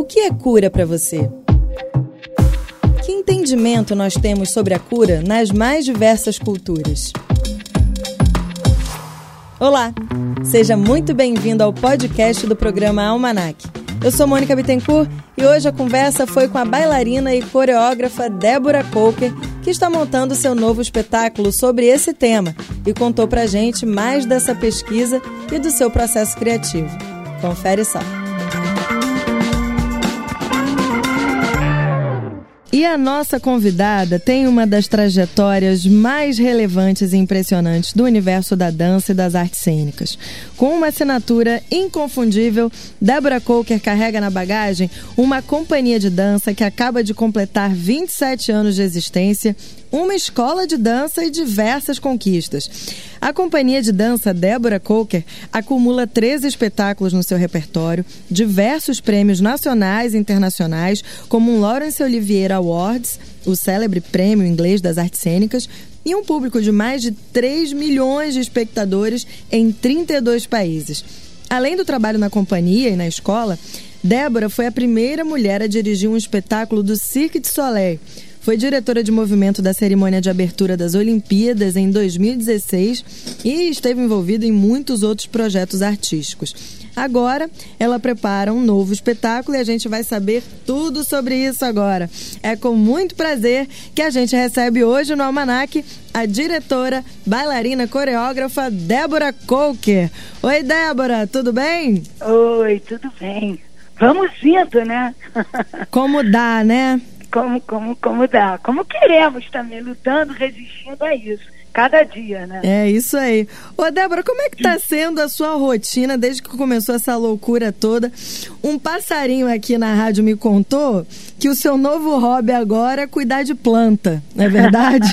O que é cura para você? Que entendimento nós temos sobre a cura nas mais diversas culturas? Olá, seja muito bem-vindo ao podcast do programa Almanac. Eu sou Mônica Bittencourt e hoje a conversa foi com a bailarina e coreógrafa Débora Coker, que está montando seu novo espetáculo sobre esse tema e contou pra gente mais dessa pesquisa e do seu processo criativo. Confere só. E a nossa convidada tem uma das trajetórias mais relevantes e impressionantes do universo da dança e das artes cênicas. Com uma assinatura inconfundível, Débora Coker carrega na bagagem uma companhia de dança que acaba de completar 27 anos de existência, uma escola de dança e diversas conquistas. A companhia de dança Débora Coker acumula 13 espetáculos no seu repertório, diversos prêmios nacionais e internacionais, como um Laurence Olivier Awards, o célebre prêmio inglês das artes cênicas, e um público de mais de 3 milhões de espectadores em 32 países. Além do trabalho na companhia e na escola, Débora foi a primeira mulher a dirigir um espetáculo do Cirque du Soleil. Foi diretora de movimento da cerimônia de abertura das Olimpíadas em 2016 e esteve envolvida em muitos outros projetos artísticos. Agora, ela prepara um novo espetáculo e a gente vai saber tudo sobre isso agora. É com muito prazer que a gente recebe hoje no Almanac a diretora, bailarina, coreógrafa Débora Coker. Oi, Débora, tudo bem? Oi, tudo bem. Vamos indo, né? Como dá, né? Como dá. Como queremos também, lutando, resistindo a isso. Cada dia, né? É isso aí. Ô, Débora, como é que tá sendo a sua rotina desde que começou essa loucura toda? Um passarinho aqui na rádio me contou que o seu novo hobby agora é cuidar de planta, não é verdade?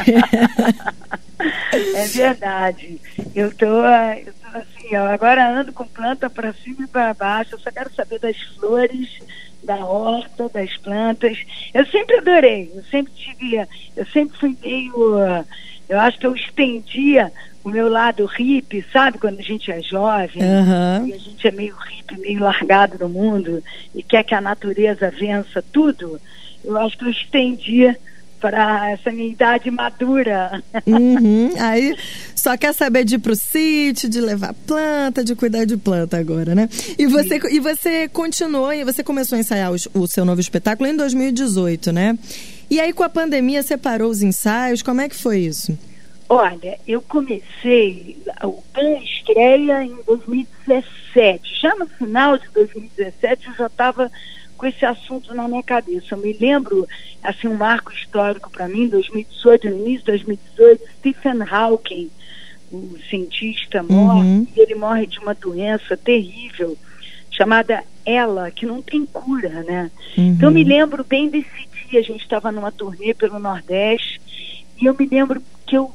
É verdade. Eu tô assim, agora ando com planta para cima e para baixo. Eu só quero saber das flores, da horta, das plantas. Eu sempre adorei, eu sempre fui meio, eu acho que eu estendia o meu lado hippie, sabe, quando a gente é jovem, e a gente é meio hippie, meio largado no mundo e quer que a natureza vença tudo. Eu acho que eu estendia para essa minha idade madura. Aí só quer saber de ir pro sítio, de levar planta, de cuidar de planta agora, né? E você continuou, e você começou a ensaiar o seu novo espetáculo em 2018, né? E aí com a pandemia você parou os ensaios, como é que foi isso? Olha, eu comecei a estreia em 2017. Já no final de 2017 eu já estava com esse assunto na minha cabeça. Eu me lembro, assim, um marco histórico para mim, 2018, no início de 2018, Stephen Hawking, o cientista, morre, e ele morre de uma doença terrível, chamada ELA, que não tem cura, né? Então eu me lembro bem desse dia, a gente estava numa turnê pelo Nordeste, e eu me lembro que eu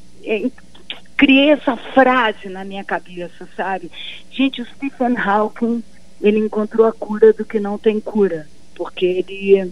criei essa frase na minha cabeça, sabe? Gente, o Stephen Hawking, ele encontrou a cura do que não tem cura, porque ele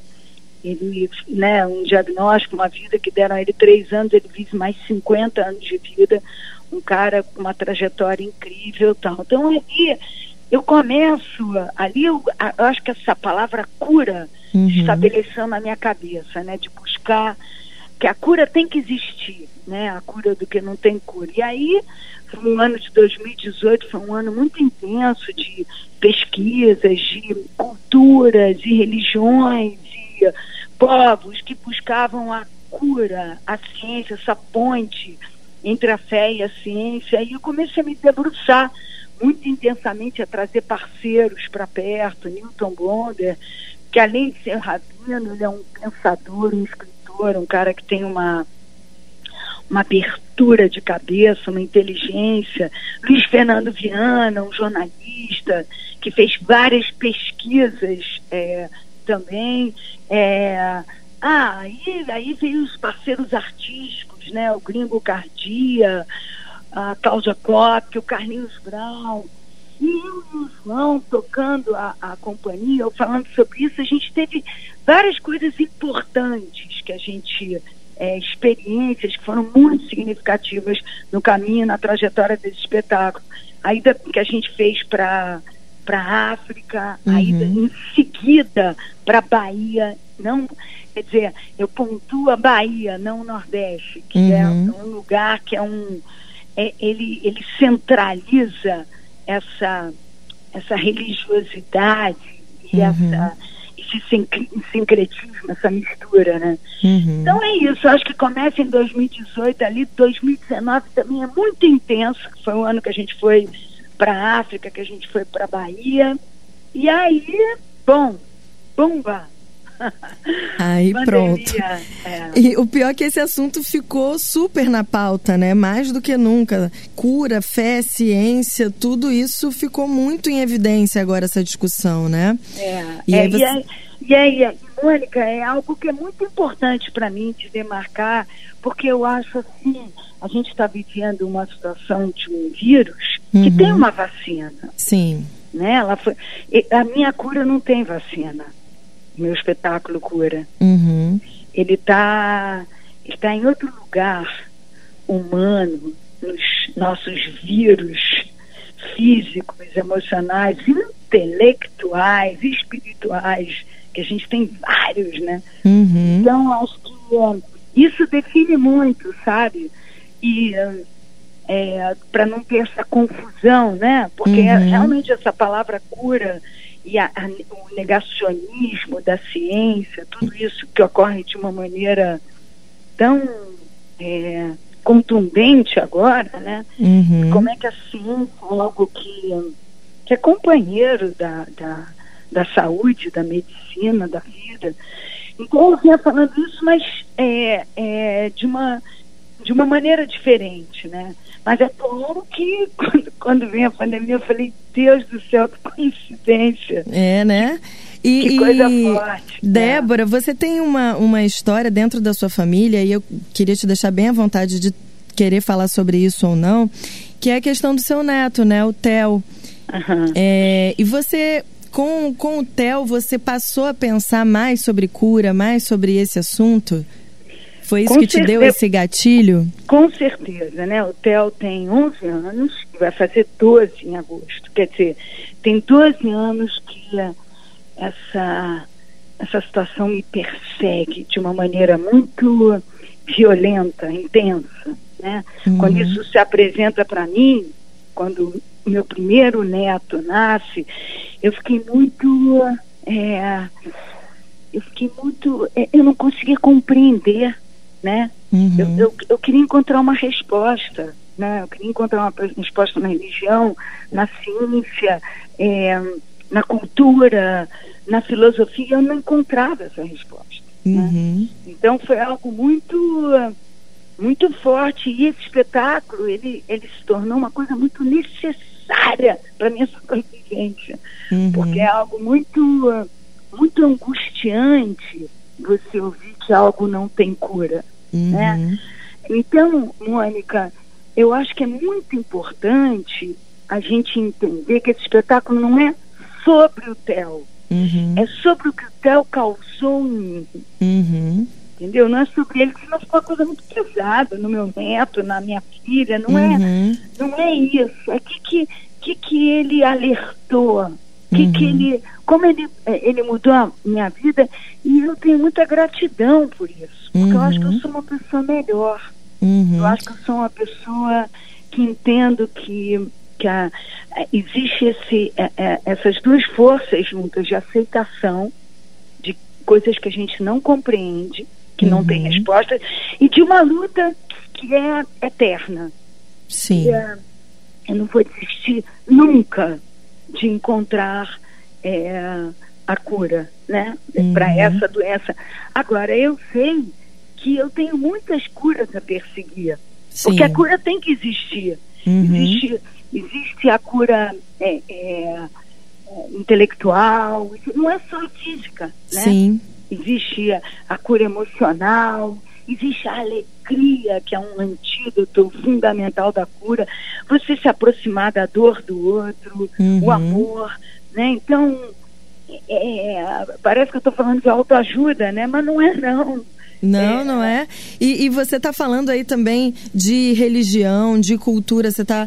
né, um diagnóstico, uma vida que deram a ele 3 anos, ele vive mais 50 anos de vida, um cara com uma trajetória incrível, tal. Então ali eu começo, eu acho que essa palavra cura estabeleceu na minha cabeça, né, de buscar que a cura tem que existir, né, a cura do que não tem cura. E aí o ano de 2018 foi um ano muito intenso de pesquisas, de culturas e religiões e povos que buscavam a cura, a ciência, essa ponte entre a fé e a ciência. E eu comecei a me debruçar muito intensamente, a trazer parceiros para perto. Newton Blonder, que além de ser rabino, ele é um pensador, um escritor, um cara que tem uma abertura de cabeça, uma inteligência. Luiz Fernando Viana, um jornalista que fez várias pesquisas também. Aí veio os parceiros artísticos, né? O Gringo Cardia, a Cláudia Kopp, o Carlinhos Brown. E eu e o João tocando a companhia, eu falando sobre isso, a gente teve várias coisas importantes que a gente... experiências que foram muito significativas no caminho, na trajetória desse espetáculo. A ida que a gente fez para para a África, aí em seguida para a Bahia, não, quer dizer, eu pontuo a Bahia, não o Nordeste, que é um lugar que ele centraliza essa religiosidade e esse sincretismo, essa mistura, né? Então é isso, acho que começa em 2018 ali, 2019 também é muito intenso, que foi um ano que a gente foi para a África, que a gente foi para a Bahia, e aí, bomba! Aí pandemia, pronto. E o pior é que esse assunto ficou super na pauta, né? Mais do que nunca. Cura, fé, ciência, tudo isso ficou muito em evidência agora, essa discussão, né? E aí, Mônica, é algo que é muito importante para mim de demarcar, porque eu acho assim, a gente está vivendo uma situação de um vírus que tem uma vacina. Sim. Né? A minha cura não tem vacina. Meu espetáculo Cura. Ele está em outro lugar humano, nos nossos vírus físicos, emocionais, intelectuais, espirituais, que a gente tem vários, né? Então, acho que isso define muito, sabe? E para não ter essa confusão, né? Porque realmente essa palavra cura e o negacionismo da ciência, tudo isso que ocorre de uma maneira tão contundente agora, né? Como é que a ciência é algo que é companheiro da saúde, da medicina, da vida. Então eu vinha falando isso, mas de uma maneira diferente, né? Mas é claro que quando veio a pandemia eu falei, Deus do céu, que coincidência. Né? Que coisa forte. Débora, você tem uma história dentro da sua família, e eu queria te deixar bem à vontade de querer falar sobre isso ou não, que é a questão do seu neto, né? O Theo. E você, com o Theo, você passou a pensar mais sobre cura, mais sobre esse assunto? Foi isso que te deu esse gatilho? Com certeza, né? O Theo tem 11 anos, vai fazer 12 em agosto. Quer dizer, tem 12 anos que essa situação me persegue de uma maneira muito violenta, intensa, né? Quando isso se apresenta para mim, quando o meu primeiro neto nasce, eu fiquei muito... eu não conseguia compreender, né? Eu queria encontrar uma resposta, né? Eu queria encontrar uma resposta na religião, na ciência, na cultura, na filosofia. Eu não encontrava essa resposta, né? Então foi algo muito forte, e esse espetáculo ele se tornou uma coisa muito necessária para minha sobrevivência, porque é algo muito angustiante você ouvir que algo não tem cura, né? Então, Mônica, eu acho que é muito importante a gente entender que esse espetáculo não é sobre o Theo, é sobre o que o Theo causou em mim, entendeu? Não é sobre ele, senão ficou uma coisa muito pesada no meu neto, na minha filha, não é isso, é que ele alertou, como ele mudou a minha vida, e eu tenho muita gratidão por isso, porque eu acho que eu sou uma pessoa melhor, eu acho que eu sou uma pessoa que entendo que existe essas duas forças juntas de aceitação de coisas que a gente não compreende, que não tem resposta, e de uma luta que é eterna. Sim. Eu não vou desistir nunca de encontrar a cura, né? Para essa doença. Agora, eu sei que eu tenho muitas curas a perseguir. Sim. Porque a cura tem que existir. Existe a cura intelectual, não é só física, né? Sim. Existe a cura emocional, existe a alegria, que é um antídoto fundamental da cura, você se aproximar da dor do outro, o amor, né? Então, parece que eu estou falando de autoajuda, né? Mas não é, não. Não é. E você está falando aí também de religião, de cultura, você está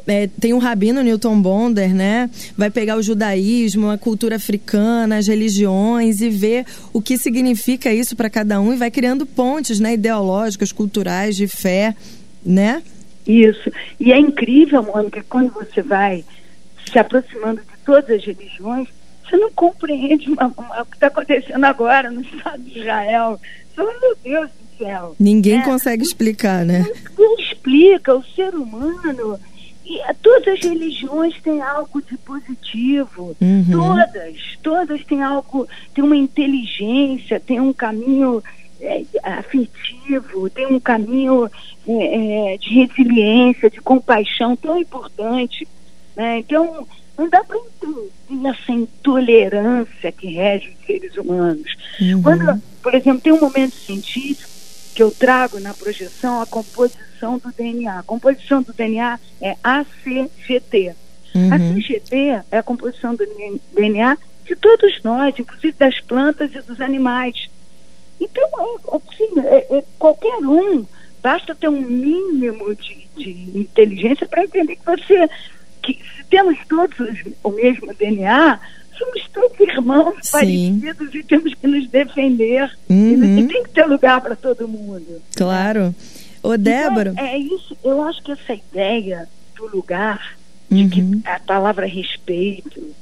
tem o rabino Newton Bonder, né? Vai pegar o judaísmo, a cultura africana, as religiões e ver o que significa isso para cada um e vai criando pontes, né, ideológicas, culturais, de fé, né? Isso. E é incrível, Mônica, quando você vai se aproximando de todas as religiões, você não compreende o que está acontecendo agora no Estado de Israel. Meu Deus do céu. Ninguém consegue explicar, né? Ninguém explica. O ser humano, e todas as religiões têm algo de positivo. Todas têm algo, tem uma inteligência, tem um caminho afetivo, tem um caminho de resiliência, de compaixão tão importante, né? Então, não dá para entender essa intolerância que rege os seres humanos. Quando, por exemplo, tem um momento científico que eu trago na projeção a composição do DNA. A composição do DNA é ACGT. ACGT é a composição do DNA de todos nós, inclusive das plantas e dos animais. Então, assim, qualquer um, basta ter um mínimo de inteligência para entender que se temos todos o mesmo DNA, somos todos irmãos parecidos e temos que nos defender. E tem que ter lugar para todo mundo. Claro. Ô, Débora... Então, é isso. Eu acho que essa ideia do lugar, de que a palavra respeito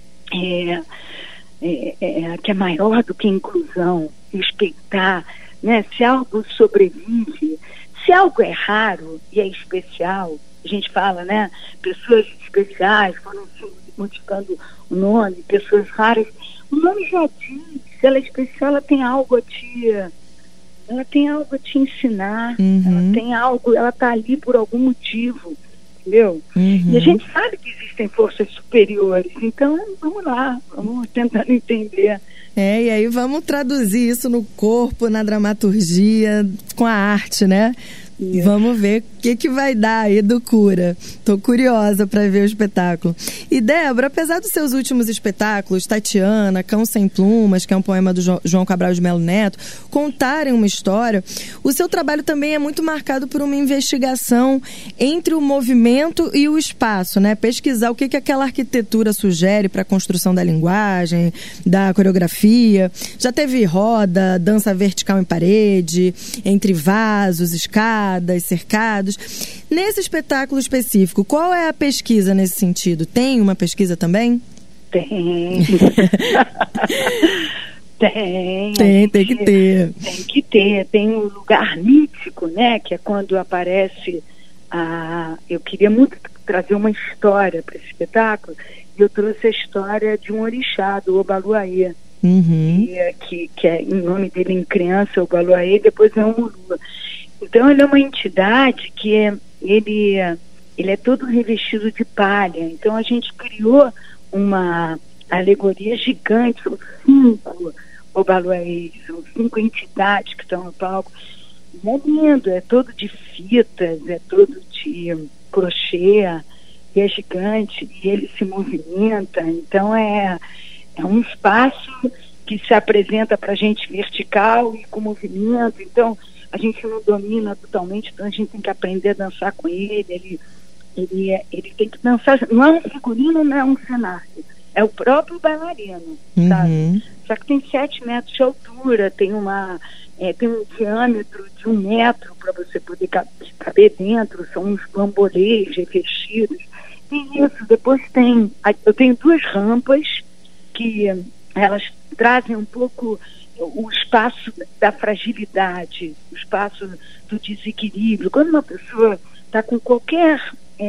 que é maior do que inclusão, respeitar, né? Se algo sobrevive, se algo é raro e é especial, a gente fala, né? Pessoas especiais foram modificando o nome, pessoas raras. O nome já diz, se ela é especial, ela tem algo a te ensinar, ela tem algo, ela está ali por algum motivo, entendeu? E a gente sabe que existem forças superiores, então vamos lá, vamos tentando entender. E aí vamos traduzir isso no corpo, na dramaturgia, com a arte, né? Isso. Vamos ver o que vai dar aí do Cura. Tô curiosa para ver o espetáculo. E Débora, apesar dos seus últimos espetáculos, Tatiana, Cão Sem Plumas, que é um poema do João Cabral de Melo Neto, contarem uma história, o seu trabalho também é muito marcado por uma investigação entre o movimento e o espaço, né? Pesquisar o que aquela arquitetura sugere para a construção da linguagem, da coreografia. Já teve roda, dança vertical em parede, entre vasos, escadas, cercados. Nesse espetáculo específico, qual é a pesquisa nesse sentido? Tem uma pesquisa também? Tem. Tem que ter. Tem que ter. Tem um lugar mítico, né? Que é quando aparece eu queria muito trazer uma história para esse espetáculo e eu trouxe a história de um orixá, do Obaluayê. Que é em nome dele em criança, Obaluayê, depois é um Mulua. Então ele é uma entidade que ele é todo revestido de palha. Então a gente criou uma alegoria gigante, são 5 Obaluayês, são 5 entidades que estão no palco. E é lindo, é todo de fitas, é todo de crochê, e é gigante, e ele se movimenta. Então é um espaço que se apresenta para a gente vertical e com movimento. Então a gente não domina totalmente, então a gente tem que aprender a dançar com ele. Ele tem que dançar, não é um figurino, não é um cenário, é o próprio bailarino, sabe? Só que tem 7 metros de altura, tem um diâmetro de 1 metro para você poder caber dentro, são uns bambolês revestidos. Tem isso, depois eu tenho 2 rampas que elas trazem um pouco o espaço da fragilidade, o espaço do desequilíbrio. Quando uma pessoa está com qualquer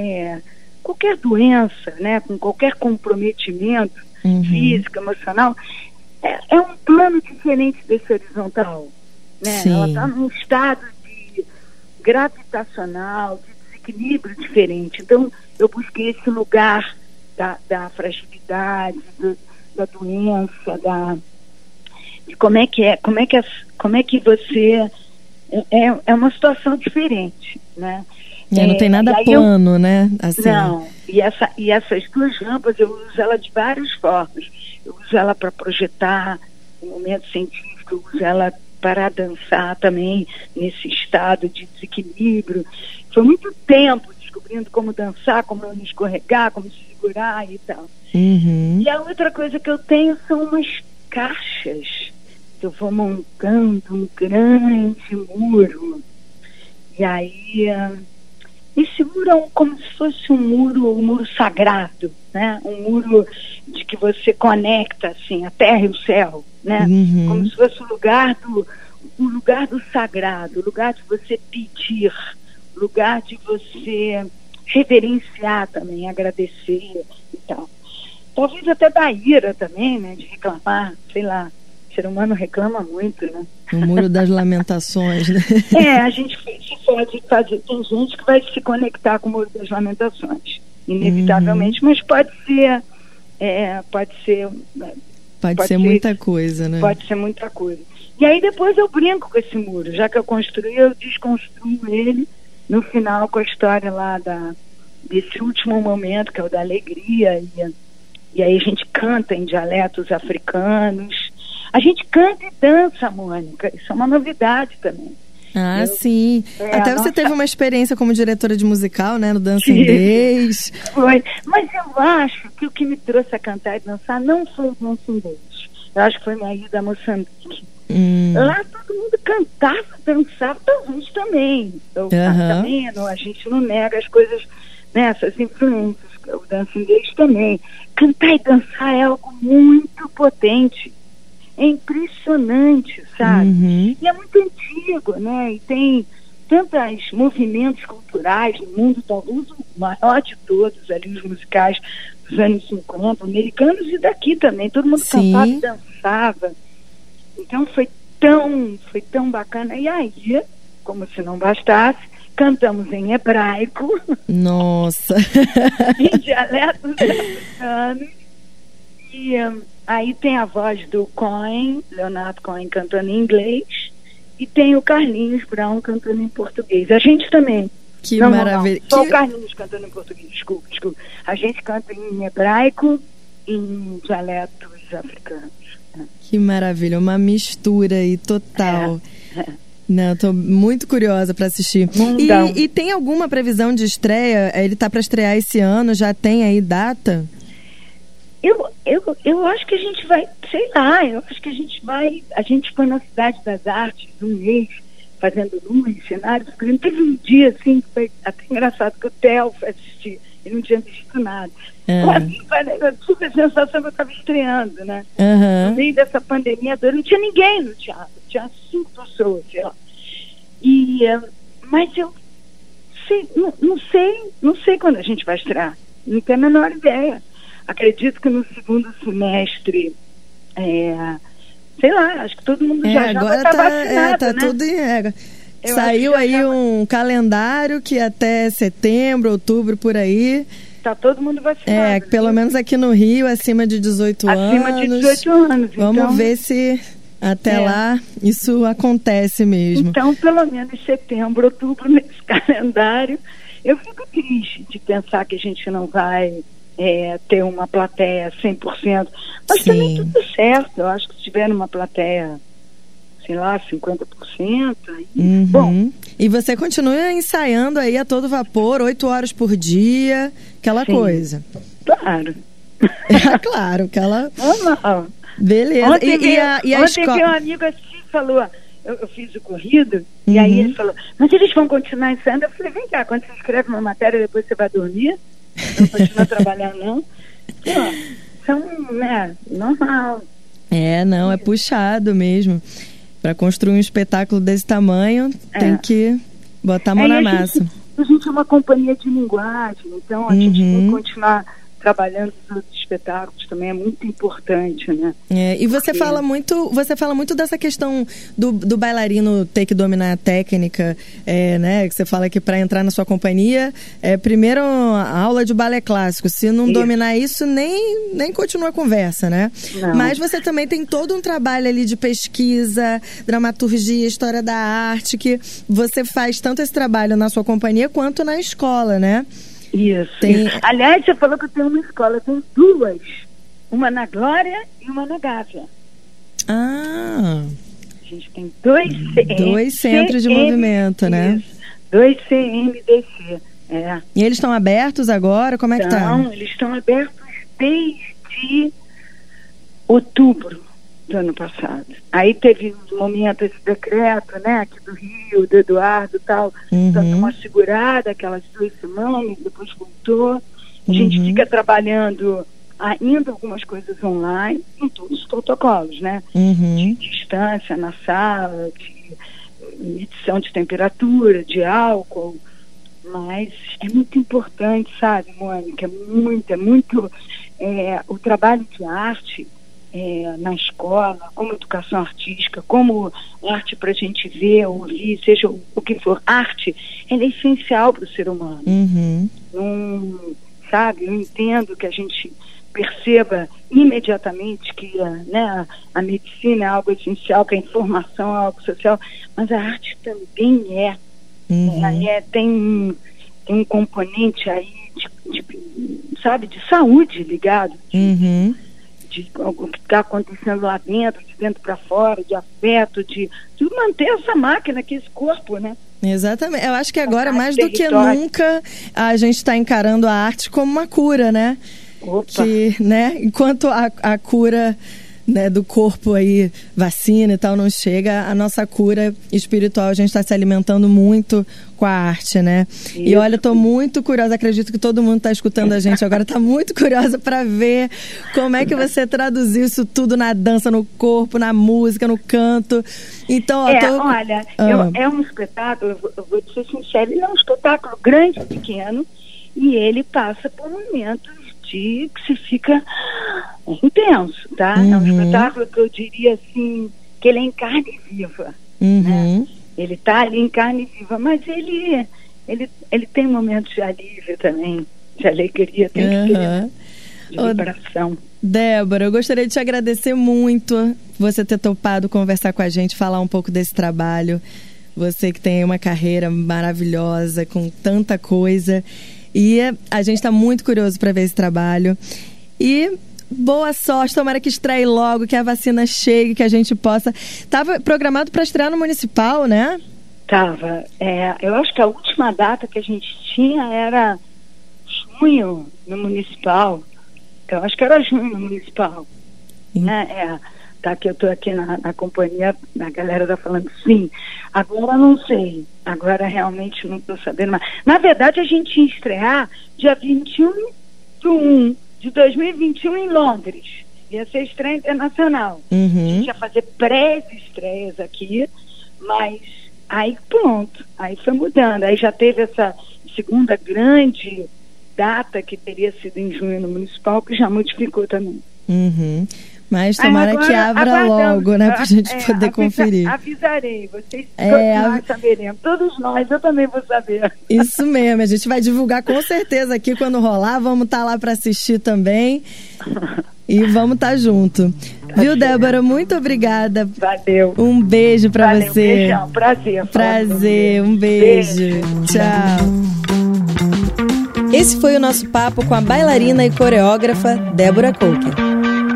doença, né, com qualquer comprometimento físico, emocional, é um plano diferente desse horizontal, né? Ela está num estado de gravitacional, de desequilíbrio diferente. Então eu busquei esse lugar da fragilidade, da doença, de como é que você é uma situação diferente, né? Não tem nada plano, né? Assim. Não. E essas 2 rampas eu uso ela de várias formas. Eu uso ela para projetar um momento científico, eu uso ela para dançar também nesse estado de desequilíbrio. Foi muito tempo descobrindo como dançar, como não escorregar, como se segurar e tal. Uhum. E a outra coisa que eu tenho são umas caixas que eu vou montando um grande muro. E aí, esse muro é como se fosse um muro sagrado, né? Um muro de que você conecta, assim, a terra e o céu, né? Uhum. Como se fosse o lugar do sagrado, o lugar de você pedir, o lugar de você reverenciar também, agradecer e tal. Talvez até da ira também, né? De reclamar, sei lá. O ser humano reclama muito, né? O muro das lamentações, né? A gente pode fazer. Tem gente que vai se conectar com o muro das lamentações, inevitavelmente, mas pode ser muita coisa, né? Pode ser muita coisa. E aí depois eu brinco com esse muro. Já que eu construí, eu desconstruo ele no final com a história lá desse último momento, que é o da alegria. E aí a gente canta em dialetos africanos. A gente canta e dança, Mônica. Isso é uma novidade também. Sim. Até você teve uma experiência como diretora de musical, né? No Dancing Days. Foi. Mas eu acho que o que me trouxe a cantar e dançar não foi o Dancing Days. Eu acho que foi minha ida a Moçambique. Lá todo mundo cantava, dançava, a gente também. Também a gente não nega as coisas, né, essas influências. O Dancing Days também. Cantar e dançar é algo muito potente. É impressionante, sabe? Uhum. E é muito antigo, né? E tem tantos movimentos culturais no mundo, talvez o maior de todos ali, os musicais dos anos 50, americanos e daqui também. Todo mundo cantava e dançava. Então foi tão bacana. E aí, como se não bastasse, cantamos em hebraico. Nossa! Em dialetos africanos. E aí tem a voz do Cohen, Leonardo Cohen, cantando em inglês, e tem o Carlinhos Brown cantando em português. A gente também. Que maravilha! Só o Carlinhos cantando em português, desculpa. A gente canta em hebraico e em dialetos africanos. Que maravilha, uma mistura aí total. Não, estou muito curiosa para assistir. E tem alguma previsão de estreia? Ele está para estrear esse ano? Já tem aí data? Eu acho que a gente vai, sei lá, a gente foi na Cidade das Artes um mês fazendo luz, cenários. Teve um dia assim que foi até engraçado que o Theo foi assistir. Ele não tinha visto nada. Eu tive a sensação que eu estava estreando, né? No meio dessa pandemia, não tinha ninguém no teatro. Tinha 5 pessoas, sei lá. Mas eu não sei quando a gente vai estrear. Não tenho a menor ideia. Acredito que no segundo semestre, sei lá, acho que todo mundo já vai estar vacinado, tá né? tudo em Saiu aí um calendário que até setembro, outubro, por aí. Tá todo mundo vacinado. Pelo menos aqui no Rio, acima de 18 anos. Acima de 18 anos. Vamos ver se até lá isso acontece mesmo. Então, pelo menos em setembro, outubro, nesse calendário, eu fico triste de pensar que a gente não vai ter uma plateia 100%. Mas também tudo certo. Eu acho que se tiver uma plateia, sei lá, 50%. Aí, bom. E você continua ensaiando aí a todo vapor, 8 horas por dia, aquela coisa. Claro. Claro, aquela... Normal. Beleza. Ontem meu amigo assim falou, eu fiz o corrido, e aí ele falou, mas eles vão continuar ensaiando? Eu falei, vem cá, quando você escreve uma matéria, depois você vai dormir? Não continua trabalhando, não? São, normal. Não, é puxado mesmo. Para construir um espetáculo desse tamanho, tem que botar a mão na massa. A gente é uma companhia de linguagem, então a gente tem que continuar trabalhando nos outros espetáculos também, é muito importante, né? E você fala muito dessa questão do bailarino ter que dominar a técnica, né? Que você fala que para entrar na sua companhia, primeiro a aula de balé clássico. Se não dominar isso, nem continua a conversa, né? Não. Mas você também tem todo um trabalho ali de pesquisa, dramaturgia, história da arte, que você faz tanto esse trabalho na sua companhia quanto na escola, né? Isso. Aliás, você falou que eu tenho uma escola, eu tenho 2. Uma na Glória e uma na Gávea. A gente tem 2 centros de movimento, né? Isso, 2 CMDC. E eles estão abertos agora? Como é que tá? Não, eles estão abertos desde outubro do ano passado. Aí teve um momento, esse decreto, né, aqui do Rio, do Eduardo e tal, dando uma segurada, aquelas 2 semanas, depois voltou. A gente fica trabalhando ainda algumas coisas online, em todos os protocolos, né? De distância na sala, de medição de temperatura, de álcool, mas é muito importante, sabe, Mônica? É muito o trabalho de arte na escola, como educação artística, como arte para a gente ver, ouvir, seja o que for, arte, ela é essencial para o ser humano. Sabe, eu entendo que a gente perceba imediatamente que a medicina é algo essencial, que a informação é algo social, mas a arte também tem um componente aí de saúde ligado, de o que está acontecendo lá dentro, de dentro para fora, de afeto, de manter essa máquina, que esse corpo, né? Exatamente. Eu acho que agora, mais do que nunca, a gente está encarando a arte como uma cura, né? Que, né, enquanto a cura, né, do corpo aí, vacina e tal, não chega, a nossa cura espiritual, a gente está se alimentando muito com a arte, né? Isso. E olha, estou muito curiosa, acredito que todo mundo está escutando a gente agora, está muito curiosa para ver como é que você traduziu isso tudo na dança, no corpo, na música, no canto. Então, olha, é um espetáculo, eu vou te ser sincera, ele é um espetáculo grande e pequeno, e ele passa por momentos que se fica intenso, tá? É um espetáculo que eu diria assim, que ele é em carne viva, né? Ele tá ali em carne viva, mas ele tem momentos de alívio também, de alegria, tem que ter, de liberação. Débora, eu gostaria de te agradecer muito você ter topado conversar com a gente, falar um pouco desse trabalho. Você que tem uma carreira maravilhosa, com tanta coisa. E a gente está muito curioso para ver esse trabalho. E boa sorte, tomara que estreie logo, que a vacina chegue, que a gente possa... Estava programado para estrear no Municipal, né? Tava. Eu acho que a última data que a gente tinha era junho no Municipal. Eu acho que era junho no Municipal. Né? Tá, que eu tô aqui na companhia, a galera tá falando sim. Agora não sei. Agora realmente não tô sabendo mais. Na verdade, a gente ia estrear dia 21/1 de 2021 em Londres. Ia ser estreia internacional. A gente ia fazer pré-estreias aqui, mas aí pronto. Aí foi mudando. Aí já teve essa segunda grande data que teria sido em junho no Municipal, que já modificou também. Mas tomara agora, que abra logo, né, pra gente poder conferir. Avisarei, vocês nós saberemos. Todos nós, eu também vou saber. Isso mesmo, a gente vai divulgar com certeza aqui quando rolar, vamos estar lá para assistir também. E vamos estar junto. Viu, Débora? Muito obrigada. Valeu. Um beijo pra você. Um beijão, prazer. Prazer, um beijo. Tchau. Esse foi o nosso papo com a bailarina e coreógrafa Débora Coker.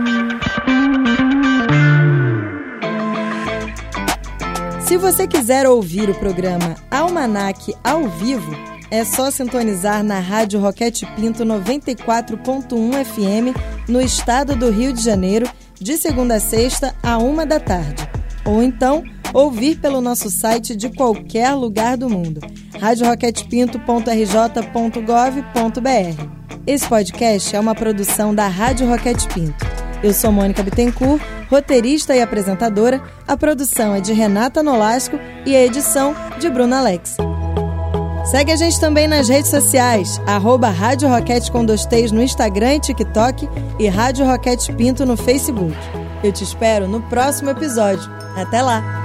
Se você quiser ouvir o programa Almanac ao vivo, é só sintonizar na Rádio Roquete Pinto 94.1 FM no estado do Rio de Janeiro, de segunda a sexta, à 13h. Ou então, ouvir pelo nosso site de qualquer lugar do mundo, radioroquetepinto.rj.gov.br. Esse podcast é uma produção da Rádio Roquete Pinto. Eu sou Mônica Bittencourt, roteirista e apresentadora. A produção é de Renata Nolasco e a edição de Bruna Alex. Segue a gente também nas redes sociais, @Rádio Roquete com 2 T's no Instagram e TikTok e Rádio Roquete Pinto no Facebook. Eu te espero no próximo episódio. Até lá!